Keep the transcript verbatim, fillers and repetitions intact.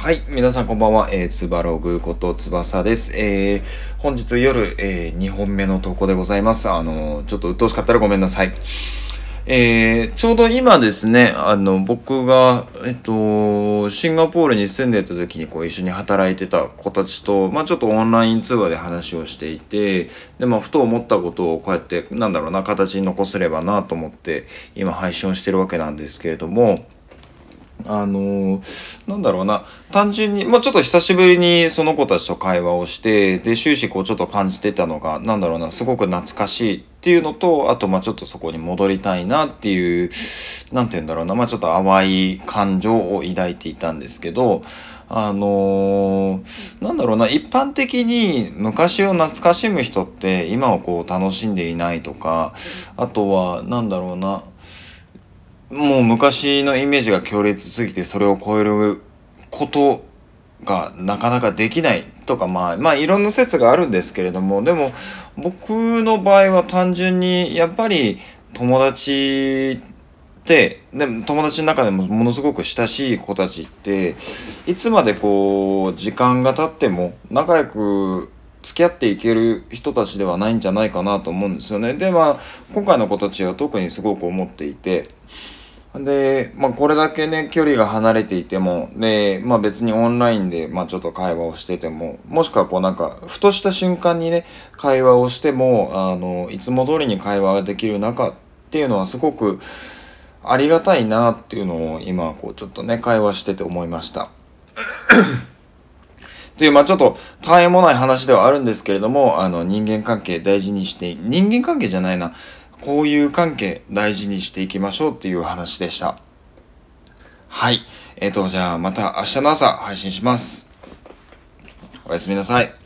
はい。皆さんこんばんは。えー、つばログことつばさです。えー、本日夜、えー、にほんめの投稿でございます。あのー、ちょっと鬱陶しかったらごめんなさい。えー、ちょうど今ですね、あの、僕が、えっと、シンガポールに住んでた時にこう一緒に働いてた子たちと、まあちょっとオンライン通話で話をしていて、で、まあふと思ったことをこうやって、なんだろうな、形に残せればなと思って、今配信をしてるわけなんですけれども、あのー、なんだろうな、単純に、まあちょっと久しぶりにその子たちと会話をして、で、終始こうちょっと感じてたのが、なんだろうな、すごく懐かしいっていうのと、あとまあちょっとそこに戻りたいなっていう、なんて言うんだろうな、まあちょっと淡い感情を抱いていたんですけど、あのー、なんだろうな、一般的に昔を懐かしむ人って今をこう楽しんでいないとか、あとは、なんだろうな、もう昔のイメージが強烈すぎてそれを超えることがなかなかできないとか、まあ、まあいろんな説があるんですけれども、でも僕の場合は単純にやっぱり友達って、でも友達の中でもものすごく親しい子たちって、いつまでこう時間が経っても仲良く付き合っていける人たちではないんじゃないかなと思うんですよね。で、まあ今回の子たちは特にすごく思っていて、で、まあこれだけね、距離が離れていても、で、まあ別にオンラインで、まあちょっと会話をしてても、もしくはこうなんか、ふとした瞬間にね、会話をしても、あの、いつも通りに会話ができる中っていうのはすごくありがたいなっていうのを今、こうちょっとね、会話してて思いました。という、まあちょっと、たわいもない話ではあるんですけれども、あの、人間関係大事にして、人間関係じゃないな、こういう関係大事にしていきましょうっていう話でした。はい。えっと、じゃあまた明日の朝配信します。おやすみなさい。